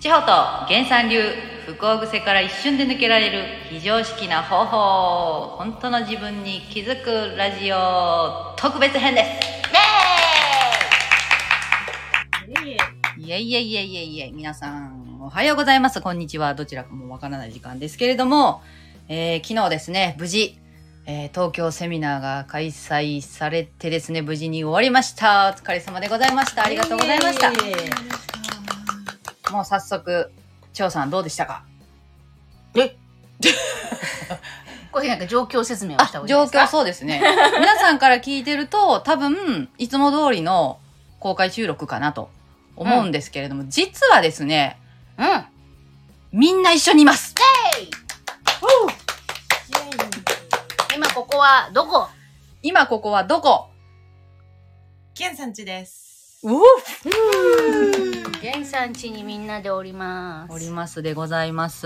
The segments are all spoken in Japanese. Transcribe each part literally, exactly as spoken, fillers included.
千穂と源さん流不幸癖から一瞬で抜けられる非常識な方法、本当の自分に気づくラジオ特別編です。イエイイエイイエイイエイイエイ。皆さんおはようございます、こんにちは、どちらかもわからない時間ですけれども、えー、昨日ですね、無事、えー、東京セミナーが開催されてですね、無事に終わりました。お疲れ様でございました。ありがとうございました。もう早速、千代さんどうでしたか？ えこれなんか状況説明をした方がいいですか？ 状況そうですね。皆さんから聞いてると、多分、いつも通りの公開収録かなと思うんですけれども、うん、実はですね、 うん。 みんな一緒にいます。 イェイ今ここはどこ？ 今ここはどこ？ ゲンさん家です。 おゲンさん家にみんなでおります。 おりますでございます。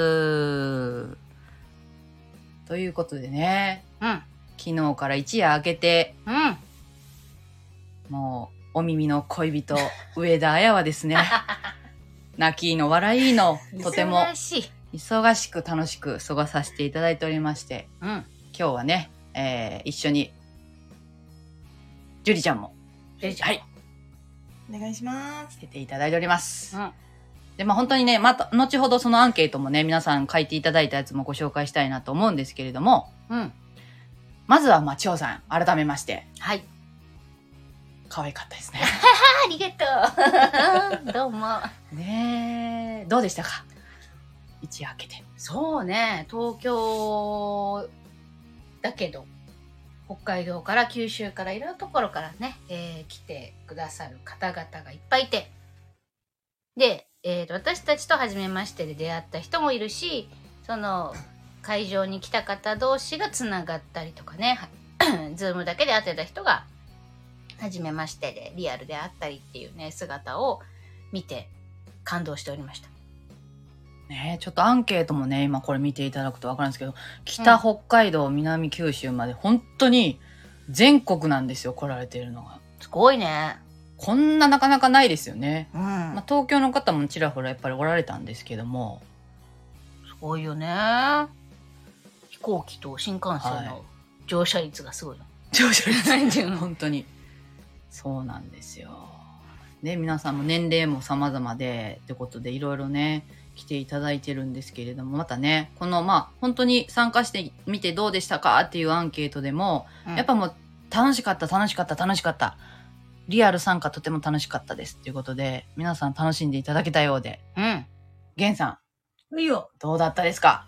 ということでね、 うん、 昨日から一夜明けて、 うん、 もうお耳の恋人上田彩はですね、泣きの笑いのとても忙しい忙しく楽しく過ごさせていただいておりまして、 うん、 今日はね、えー、一緒にジュリちゃんもジュリちゃんはいお願いします。 出ていただいております。 うん、 で、まあ本当にね、また後ほどそのアンケートもね、皆さん書いていただいたやつもご紹介したいなと思うんですけれども、 うん、 まずはまあ千代さん改めまして、 はい、 可愛かったですね。 ありがとう。どうも。 ねえ、どうでしたか？一夜明けて。 そうね、東京だけど北海道から九州からいろんなところからね、えー、来てくださる方々がいっぱいいて、で、えー、私たちと初めましてで出会った人もいるし、その会場に来た方同士がつながったりとかね、ズームだけで会ってた人が初めましてでリアルで会ったりっていうね姿を見て感動しておりました。 ね、ちょっとアンケートもね、今これ見ていただくと分かるんですけど、北北海道、うん、南九州まで本当に全国なんですよ、来られているのが。 すごいね。 こんななかなかないですよね。 うん、 まあ、東京の方もちらほらやっぱりおられたんですけども。 すごいよね。飛行機と新幹線の乗車率がすごいの。 乗車率本当に。そうなんですよ。ね、皆さんも年齢も様々で、ってことでいろいろね、来ていただいてるんですけれども、またね、このまあ本当に参加してみてどうでしたかっていうアンケートでも、うん、やっぱもう楽しかった楽しかった楽しかったリアル参加とても楽しかったですっていうことで、皆さん楽しんでいただけたようで、 うん、 ゲンさんいいよ、 どうだったですか？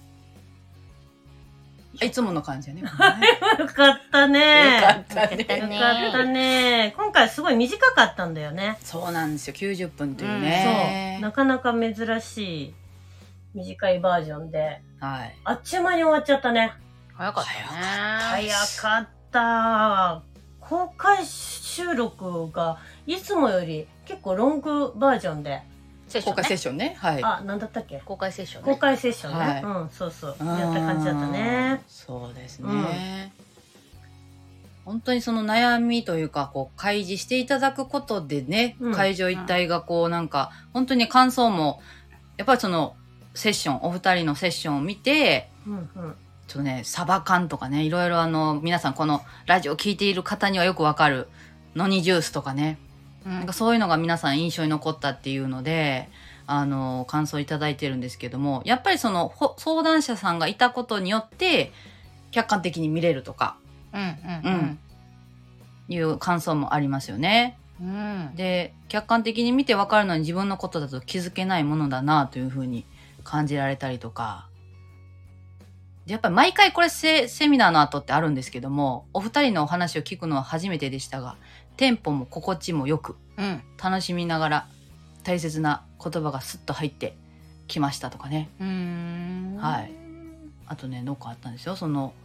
いつもの感じやね。 よかったね。 よかったね。 よかったね。今回すごい短かったんだよね。 そうなんですよ。きゅうじゅっぷんというね。 うん、そう。なかなか珍しい短いバージョンで。 はい。 あっちゅう間に終わっちゃったね。 早かったね。 早かった。公開収録がいつもより結構ロングバージョンで。 公開セッションね。はい。 あ、なんだったっけ？ 公開セッションね。公開セッションね。 はい、 うん、そうそう。やった感じだったね。 そうですね。うん、本当にその悩みというか、こう、開示していただくことでね、うん、会場一体がこう、なんか、本当に感想も、やっぱりその、セッション、お二人のセッションを見て、 うんうん、 ちょっとね、サバ缶とかね、いろいろあの、皆さんこのラジオを聞いている方にはよくわかる、ノニジュースとかね、なんかそういうのが皆さん印象に残ったっていうので、あの、感想いただいてるんですけども、やっぱりその、相談者さんがいたことによって、客観的に見れるとか、 うんうんうん、 いう感想もありますよね。 うん、 で、客観的に見て分かるのに自分のことだと気づけないものだなというふうに感じられたりとか、やっぱり毎回これセ、セミナーの後ってあるんですけども、お二人のお話を聞くのは初めてでしたが、テンポも心地もよく、 うん、 楽しみながら大切な言葉がスッと入ってきましたとかね。 うーん、 はい。あとね、どっかあったんですよ。その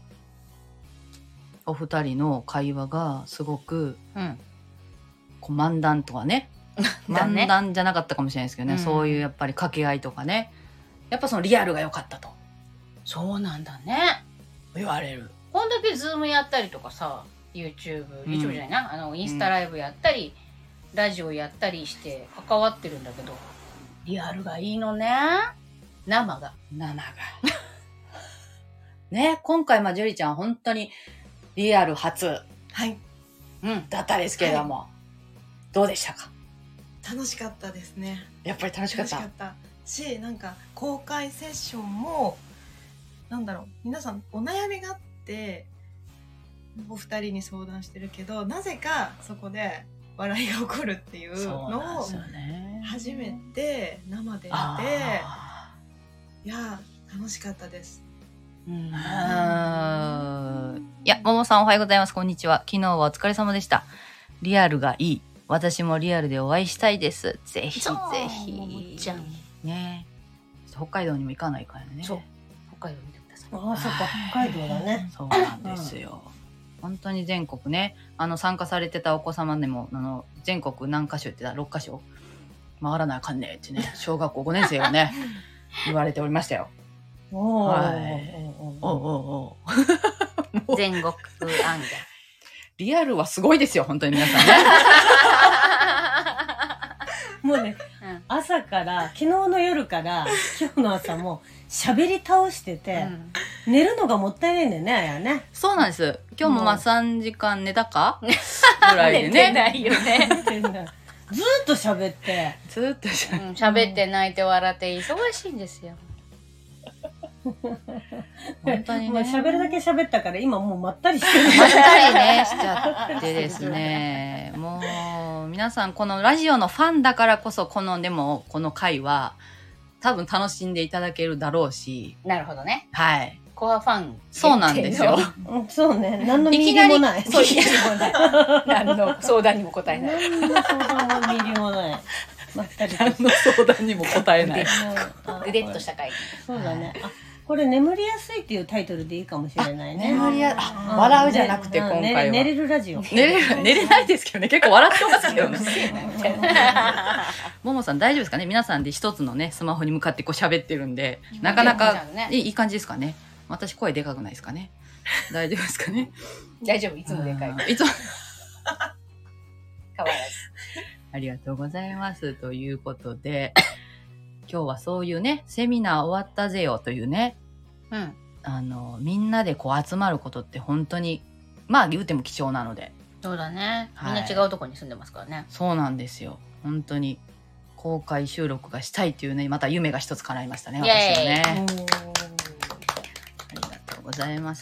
お二人の会話がすごく、 うん、 こう漫談とかね、漫談じゃなかったかもしれないですけどね、うん、そういうやっぱり掛け合いとかね、やっぱそのリアルが良かったと。 そうなんだね。 言われる。 こんだけズームやったりとかさ、YouTube、うん、YouTube じゃないな、あのインスタライブやったり、うん、ラジオやったりして関わってるんだけど、 リアルがいいのね。生が。 生が。ね、今回、まあ、ジュリちゃん本当にリアル初、 はい、 うん、だったですけれども、はい、どうでしたか？ 楽しかったですね。 やっぱり楽しかった。 楽しかったし、なんか公開セッションもなんだろう、皆さんお悩みがあってお二人に相談してるけど、なぜかそこで笑いが起こるっていうのを初めて生で見て、いや楽しかったです。 うん、いや、ももさんおはようございます。こんにちは。昨日はお疲れ様でした。リアルがいい。私もリアルでお会いしたいです。ぜひぜひ。 ももちゃんね。北海道にも行かないからね。 そう。北海道見てください。 ああ、そっか、北海道だね。 そうなんですよ。うん、本当に全国ね、あの参加されてたお子様でも、あの全国何カ所行ってたろっカ所回らなあかんねってね、小学校ごねん生がね言われておりましたよ。 おー、 はい、おーおーおー全国案件。 リアルはすごいですよ、本当に皆さんね。 もうね、うん、朝から昨日の夜から今日の朝も喋り倒してて、うん、寝るのがもったいないんだよね、あやね。 そうなんです。今日もまあさんじかん寝たかぐらいでね。 寝てないよね。 ずーっと喋って、 ずーっと喋って、 うん、喋って泣いて笑って忙しいんですよ。 本当にね。 もう喋るだけ喋ったから今もうまったりしてる。 まったりねしちゃってですね。もう皆さんこのラジオのファンだからこそこのでもこの回は多分楽しんでいただけるだろうし。 なるほどね。 はい。 コアファン。 そうなんですよ。 そうね。何のミリもない。 そう、ミリもない。何の相談にも答えない。 何の相談もミリもない。まったりと。 何の相談にも答えない。 ぐでっとした回。 そうだね。あ、これ眠りやすいっていうタイトルでいいかもしれないね。 眠りや、あ、笑うじゃなくて今回は。 寝れるラジオ。 寝れる、寝れないですけどね。結構笑ってますけどね。ももさん大丈夫ですかね。皆さんで一つのね、スマホに向かってこう喋ってるんで、なかなかいい感じですかね。私声でかくないですかね。大丈夫ですかね。 大丈夫、いつもでかい。 いつも。 変わらず。 ありがとうございます。ということで、今日はそういうね、セミナー終わったぜよというね、 うん、 あのみんなでこう集まることって本当にまあ言うても貴重なので。 そうだね。みんな違うところに住んでますからね。はい、 そうなんですよ。本当に公開収録がしたいっていうね、また夢が一つ叶いましたね。私はね。ありがとうございます。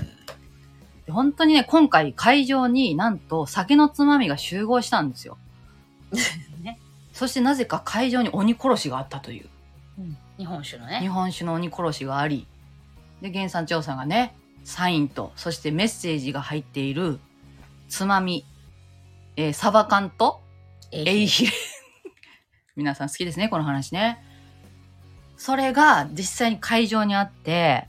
本当にね、今回会場になんと酒のつまみが集合したんですよ。ね、そしてなぜか会場に鬼殺しがあったという、 うん、日本酒のね。 日本酒の鬼殺しがあり、で源さん調査がね、サインとそしてメッセージが入っているつまみ、えー、サバ缶とエイヒレ。皆さん好きですね、この話ね。それが実際に会場にあって、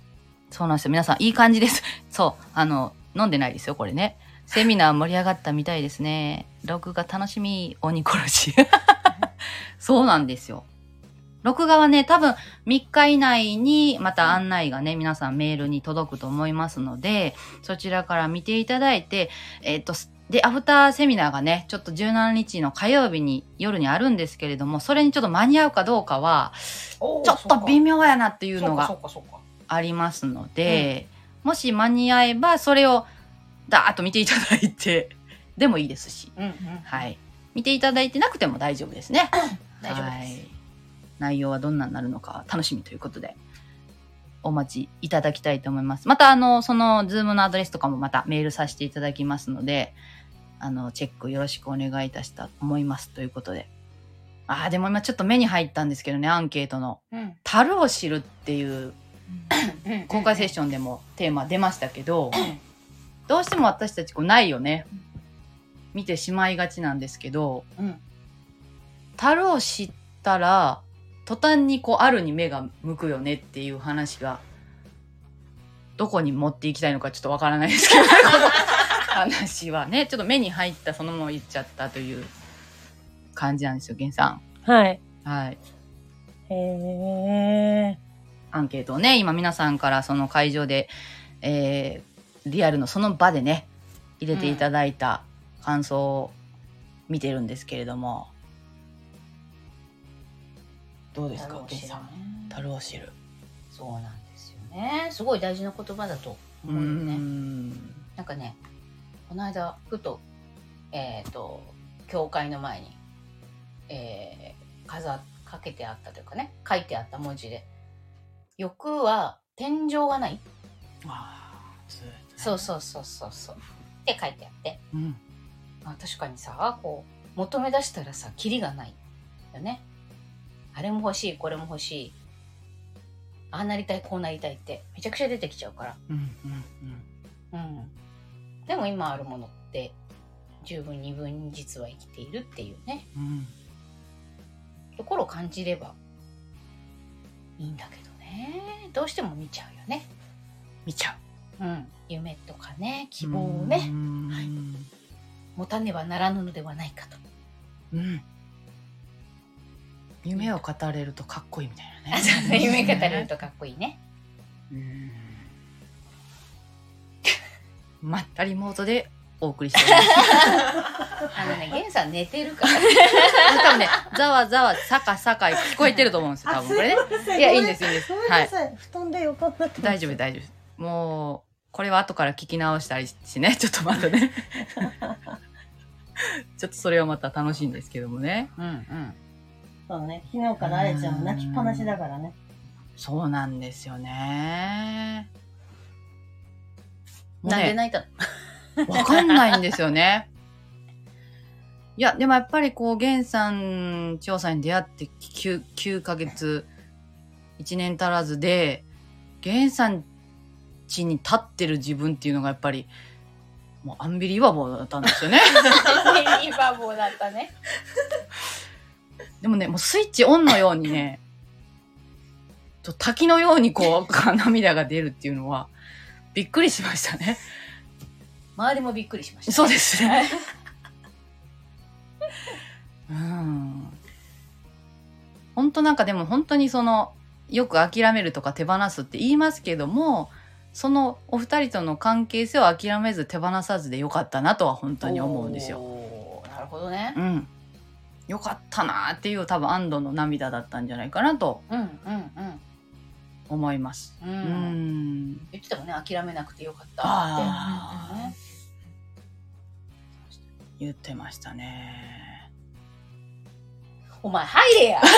そうなんですよ。皆さんいい感じです。そう、あの飲んでないですよ、これね。セミナー盛り上がったみたいですね。録画楽しみ、鬼殺し。そうなんですよ。録画はね、多分みっか以内にまた案内がね、皆さんメールに届くと思いますので、そちらから見ていただいて、えっと、で、アフターセミナーがね、ちょっとじゅうしちにちの火曜日に夜にあるんですけれども、それにちょっと間に合うかどうかは、ちょっと微妙やなっていうのがありますので、うん、もし間に合えばそれをダーッと見ていただいて、でもいいですし、 うんうん、 はい。見ていただいてなくても大丈夫ですね。 大丈夫です。はい、 内容はどんなになるのか楽しみということで、お待ちいただきたいと思います。また、あの、その、ズームのアドレスとかもまたメールさせていただきますので、あの、チェックよろしくお願いいたしたと思いますということで。ああ、でも今ちょっと目に入ったんですけどね、アンケートの。うん、樽を知るっていう公開セッションでもテーマ出ましたけど、どうしても私たちこうないよね。見てしまいがちなんですけど、 うん、 樽を知ったら、途端にこうあるに目が向くよねっていう話が、どこに持っていきたいのかちょっとわからないですけど、ね、この話はね、ちょっと目に入ったそのまま言っちゃったという感じなんですよ、源さん。 はい。 はい。 へー。 アンケートをね、今皆さんからその会場で、えー、リアルのその場でね、入れていただいた感想を見てるんですけれども、 どうですか、 樽を知るね。 樽を知る。 そうなんですよね。すごい大事な言葉だと思うよね。 んなんかね、この間ふとえっ、と教会の前に、えー、飾かけてあったというかね、書いてあった文字で、欲は天井がない。 あそうですね、 そうそうそうそうそうって書いてあって、 うんまあ、確かにさ、こう求め出したらさ、キリがないよね。あれも欲しい、これも欲しい、ああなりたい、こうなりたいってめちゃくちゃ出てきちゃうから。 うんうんうん。でも今あるものって十分二分に実は生きているっていうね、 うんうんところを感じればいいんだけどね。どうしても見ちゃうよね。 見ちゃう。 うん。夢とかね、希望をね、 はい持たねばならぬのではないかと。 うん夢を語れるとかっこいいみたいなあ、 ね。 そうね、夢語れるとかっこいいね。 うんまったりモードでお送りしております。 あのね、ゲンさん寝てるから。 多分ね、ざわざわ、さかさか聞こえてると思うんですよ、多分これね。いや、いいんです、いいんです。 ごめんは。 ないさい、布団で横になってます。 大丈夫、大丈夫。もう、これは後から聞き直したりしね、ちょっとまたね。ちょっとそれはまた楽しいんですけどもね。 うんうん。 そうね、昨日からあやちゃんは泣きっぱなしだからね。 そうなんですよね。もうなんでね、 泣いたの？ わかんないんですよね。いや、でもやっぱりこう、ゲンさん、千代さんに出会ってきゅう、きゅうかげつ、いちねん足らずで、ゲンさん家に立ってる自分っていうのがやっぱり、もうアンビリバボーだったんですよね。 ベリーバボーだったね。 でもね、もうスイッチオンのようにね、と滝のようにこう、涙が出るっていうのは、びっくりしましたね。 周りもびっくりしました、ね。 そうですね。うん。本当なんかでも本当にその、よく諦めるとか手放すって言いますけども、そのお二人との関係性を諦めず手放さずでよかったなとは本当に思うんですよ。 おー、なるほどね。 うん。よかったなっていう多分安堵の涙だったんじゃないかなとうんうんうん。 思います。 うんうん。 言ってたもんね、諦めなくてよかったって。 ああ、 ね、 言ってましたね。 お前入れや。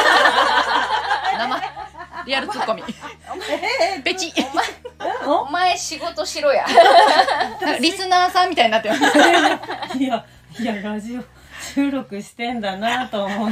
生リアルツッコミ。ペチ。 お前仕事しろや。 リスナーさんみたいになってます。 いや、いや、ラジオ収録してんだなと思って。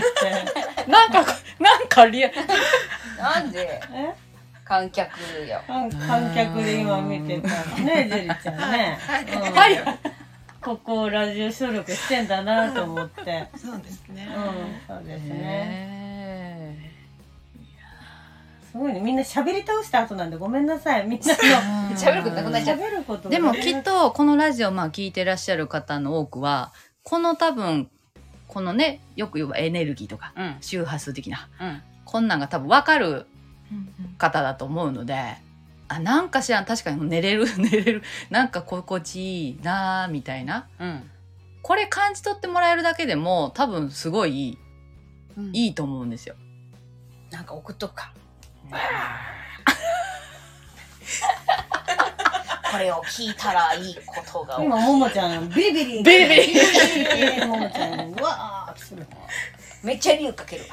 なんか、なんかリアル。 なんでえ観客よ。 観観客で今見てたのね、ジェリちゃんね。うんはい。 ここラジオ収録してんだなと思って。 そうですね。 うん、そうですね。 ねすごいね、みんな喋り倒した後なんでごめんなさい。みんなの喋ることなくなっちゃう喋ることでもきっとこのラジオまあ聞いてらっしゃる方の多くはこの多分このねよく言うエネルギーとかうん周波数的なうんこんなんが多分分かるうん方だと思うので、あなんかしら確かに寝れる寝れるなんか心地いいなーみたいなうんこれ感じ取ってもらえるだけでも多分すごいうん。 いいと思うんですよ。 なんか送っとくか。これを聞いたらいいことが起こる。 今ももちゃんビリビリビリビリビリビリももちゃんうわーってする。 めっちゃリュウかけるわ。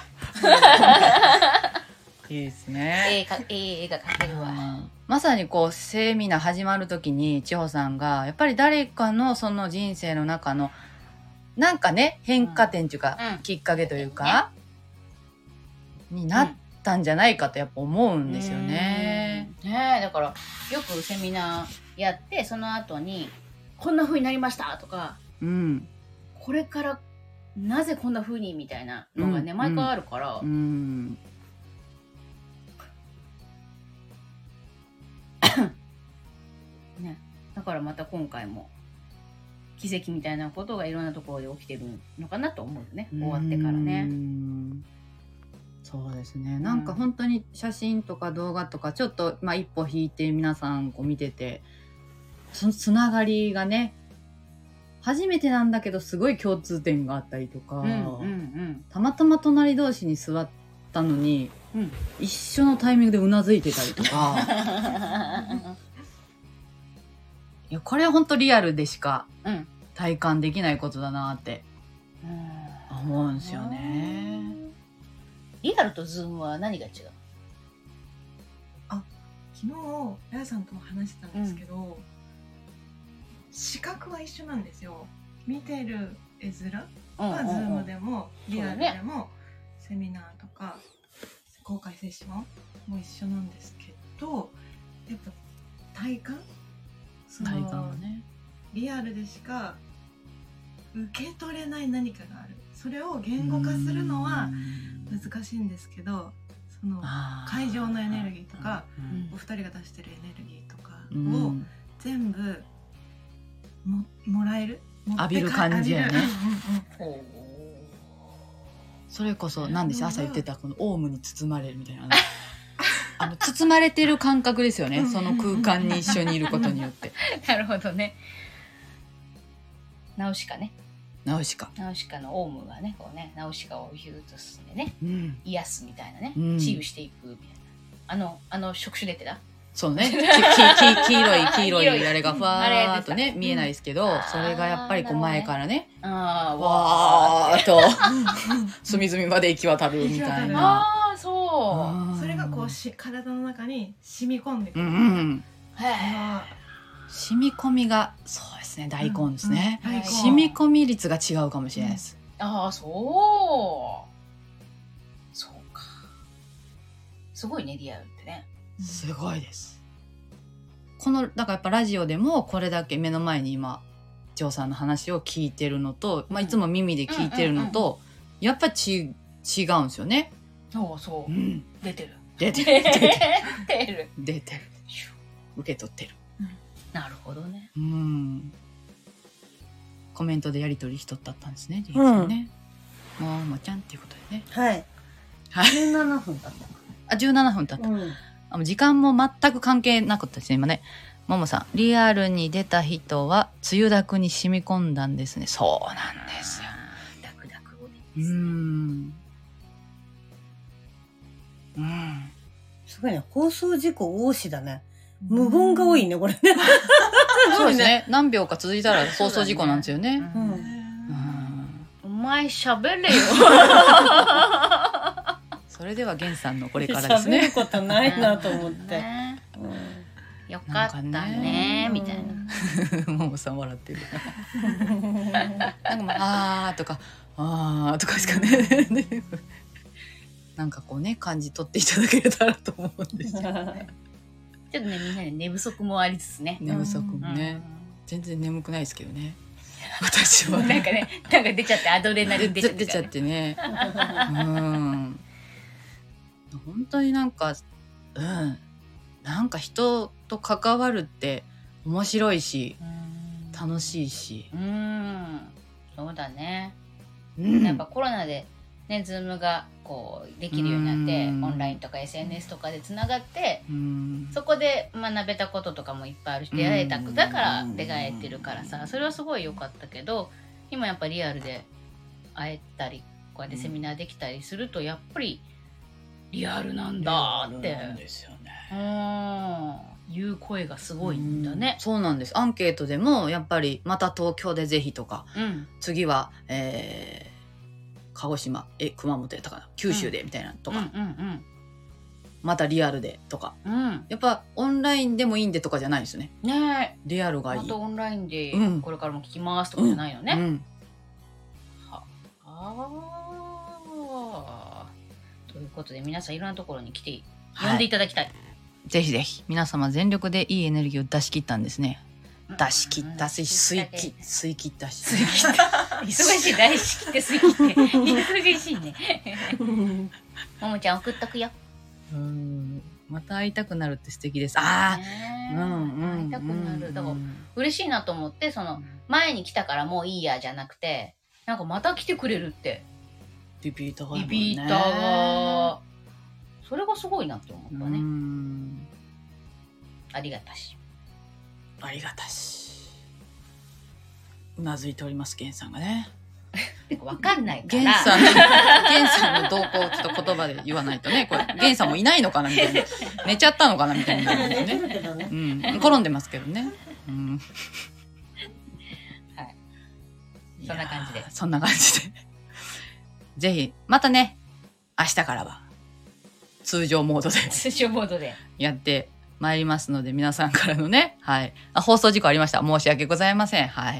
いいですね。 映画映画かけるわ。 まさにこうセミナー始まる時に千穂さんがやっぱり誰かのその人生の中のなんかね変化点というか、 うんきっかけというか、になったんじゃないかとやっぱ思うんですよね。 うんねえ、だからよくセミナーやってその後にこんな風になりましたとか、 うん。 これからなぜこんな風にみたいなのがね、 うん毎回あるから、 うん。 ね、だからまた今回も奇跡みたいなことがいろんなところで起きてるのかなと思うよね、終わってからうね。 んそうですね。なんか本当に写真とか動画とかちょっとまあ一歩引いて皆さんこう見てて、そのつながりがね、初めてなんだけどすごい共通点があったりとか、 うんうんうんたまたま隣同士に座ったのに、 うん、 一緒のタイミングでうなずいてたりとかいやこれは本当リアルでしか体感できないことだなって思うんですよね。 リアルとズームは何が違う？ あ、昨日あやさんとも話してたんですけど、うん、視覚は一緒なんですよ。見てる絵面はズームでもリアルでも、セミナーとか公開セッションも一緒なんですけど、やっぱ体感その体感はね、 リアルでしか受け取れない何かがある。それを言語化するのは難しいんですけど、その会場のエネルギーとか、お二人が出してるエネルギーとかを全部 も, もらえる浴びる感じやね。それこそ何でしょう、朝言ってたこのオウムに包まれるみたいなあの包まれてる感覚ですよね。その空間に一緒にいることによってなるほどね。ナウシカね。 ナウシカナウシカのオウムがね、こうね、ナウシカをヒューッと進んでね、 うん、 癒すみたいなね、 うん、 治癒していくみたいな。あのあの触手出てた。 そうね、きき黄色い黄色いあれがふわーっとね見えないですけど、それがやっぱりこう前からね、 あわーっと隅々まで行き渡るみたいな。 ああ、そう。 それがこうし体の中に染み込んでくる。 うんうん、 へえ。 染み込みがそうですね、大根ですね、 うんうん、 染み込み率が違うかもしれないです、 うん、ああ、そうそうか。すごいね、リアルってね。 すごいです。このだからやっぱラジオでもこれだけ目の前に今ジョーさんの話を聞いてるのと、まあ、いつも耳で聞いてるのと、うんうんうん、やっぱち違うんですよね。 そうそう、うん、出てる出てる出てる出てる出てる受け取ってる、 うん、なるほどね。 うん、コメントでやり取りしとったったんですね、うん、ね、ももちゃんっていうことでね。 はいじゅうななふん経ったあ、じゅうななふん経った、うん、あ時間も全く関係なかったですね今ね。ももさん、リアルに出た人はつゆだくに染み込んだんですね。そうなんですよ。 ダクダクをね。 うーん。うん。 すごいね。放送事故多しだね。無言が多いねこれね。 そうですね。何秒か続いたら放送事故なんですよね。うん。うんうんお前喋れよ。 それでは源さんのこれからですね。 喋ることないなと思って。 ねうん、よかったねみたいな。 ももさん笑ってる。なんかもうあーとかあーとかしかね。なんかこうね感じ取っていただけたらと思うんですよね。 ちょっとねみんなで寝不足もありつつね。 寝不足もね、うん、全然眠くないですけどね。私はなんかねなんか出ちゃってアドレナリン出ちゃって、ね、 出ちゃってね。うん本当になんかうんなんか人と関わるって面白いし楽しいし、 うんそうだね、 うん、 やっぱコロナでねズームがこうできるようになってオンラインとか エスエヌエス とかでつながってそこで学べたこととかもいっぱいあるし出会えただから出会えてるからさそれはすごい良かったけど今やっぱリアルで会えたりこうやってセミナーできたりするとやっぱりリアルなんだってリアルなんですよね。 うんいう声がすごいんだね。 うそうなんです。アンケートでもやっぱりまた東京でぜひとか、 うん、 次は、えー、鹿児島え熊本やったかな九州でみたいなとか、 うんうんうんうん、 またリアルでとか、 うん、 やっぱオンラインでもいいんでとかじゃないですよね。 ねリアルがいい。 またオンラインでこれからも聞きますとかじゃないのね。 うんうん、 はあということで皆さんいろんなところに来て呼んでいただきたい、はい、 ぜひぜひ皆様全力でいいエネルギーを出し切ったんですね。出し切ったし吸い切吸い切ったし吸い切った忙しい出し切って吸い切って忙しいねももちゃん送っとくよ。 うんまた会いたくなるって素敵です。ああ、うんうん、 会いたくなる。だから嬉しいなと思ってその前に来たからもういいやじゃなくてなんかまた来てくれるってリピーターが、 ね、リピーターがそれがすごいなって思ったね。 うんありがたしありがたしうなずいております源さんがね。 わかんないかゲンら。 さんの、ゲンさんの動向をちょっと言葉で言わないとね、これ、ゲンさんもいないのかなみたいな。寝ちゃったのかなみたいな、 寝てね。 るけどね。 うん。転んでますけどね。うん。 はい。そんな感じでいやーそんな感じで。ぜひ、またね、明日からは、通常モードで通常モードで。 やってまいりますので、皆さんからのね、はい。あ、放送事故ありました。申し訳ございません。はい。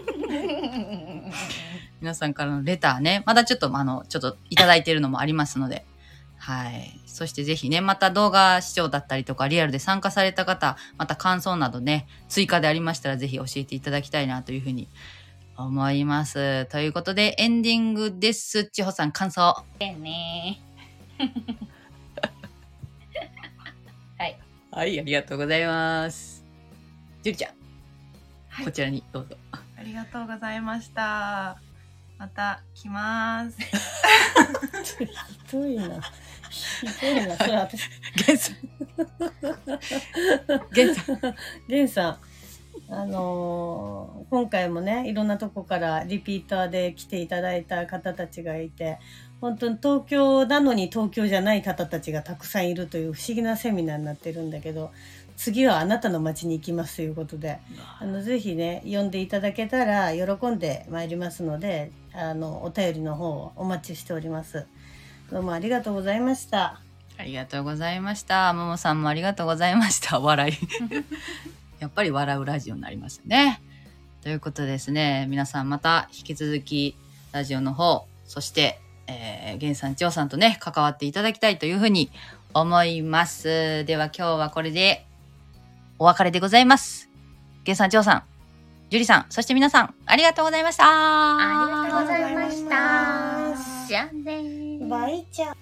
皆さんからのレターね、まだちょっと、あの、ちょっといただいているのもありますので、はい。そしてぜひね、また動画視聴だったりとか、リアルで参加された方、また感想などね、追加でありましたら、ぜひ教えていただきたいなというふうに思います。ということで、エンディングです。千穂さん、感想。 でね。はい。 はい、ありがとうございます。ジュリちゃん、 はいこちらにどうぞ。 ありがとうございました。また来ます。 ひどいな。ひどいな。それ私、 ゲンさん。ゲンさん。 ゲンさん。あのー今回もね、いろんなとこからリピーターで来ていただいた方たちがいて、本当に東京なのに東京じゃない方たちがたくさんいるという不思議なセミナーになってるんだけど、次はあなたの街に行きますということで、あのぜひね、呼んでいただけたら喜んでまいりますので、あのお便りの方をお待ちしております。どうもありがとうございました。 ありがとうございました。ももさんもありがとうございました。笑い。やっぱり笑うラジオになりましたね。ということでですね、皆さんまた引き続きラジオの方、そして、えー、ゲンさん、千代さんとね、関わっていただきたいというふうに思います。では今日はこれでお別れでございます。ゲンさん、千代さん、ジュリさん、そして皆さん、ありがとうございました。 ありがとうございました。じゃあねー。 バイチャ。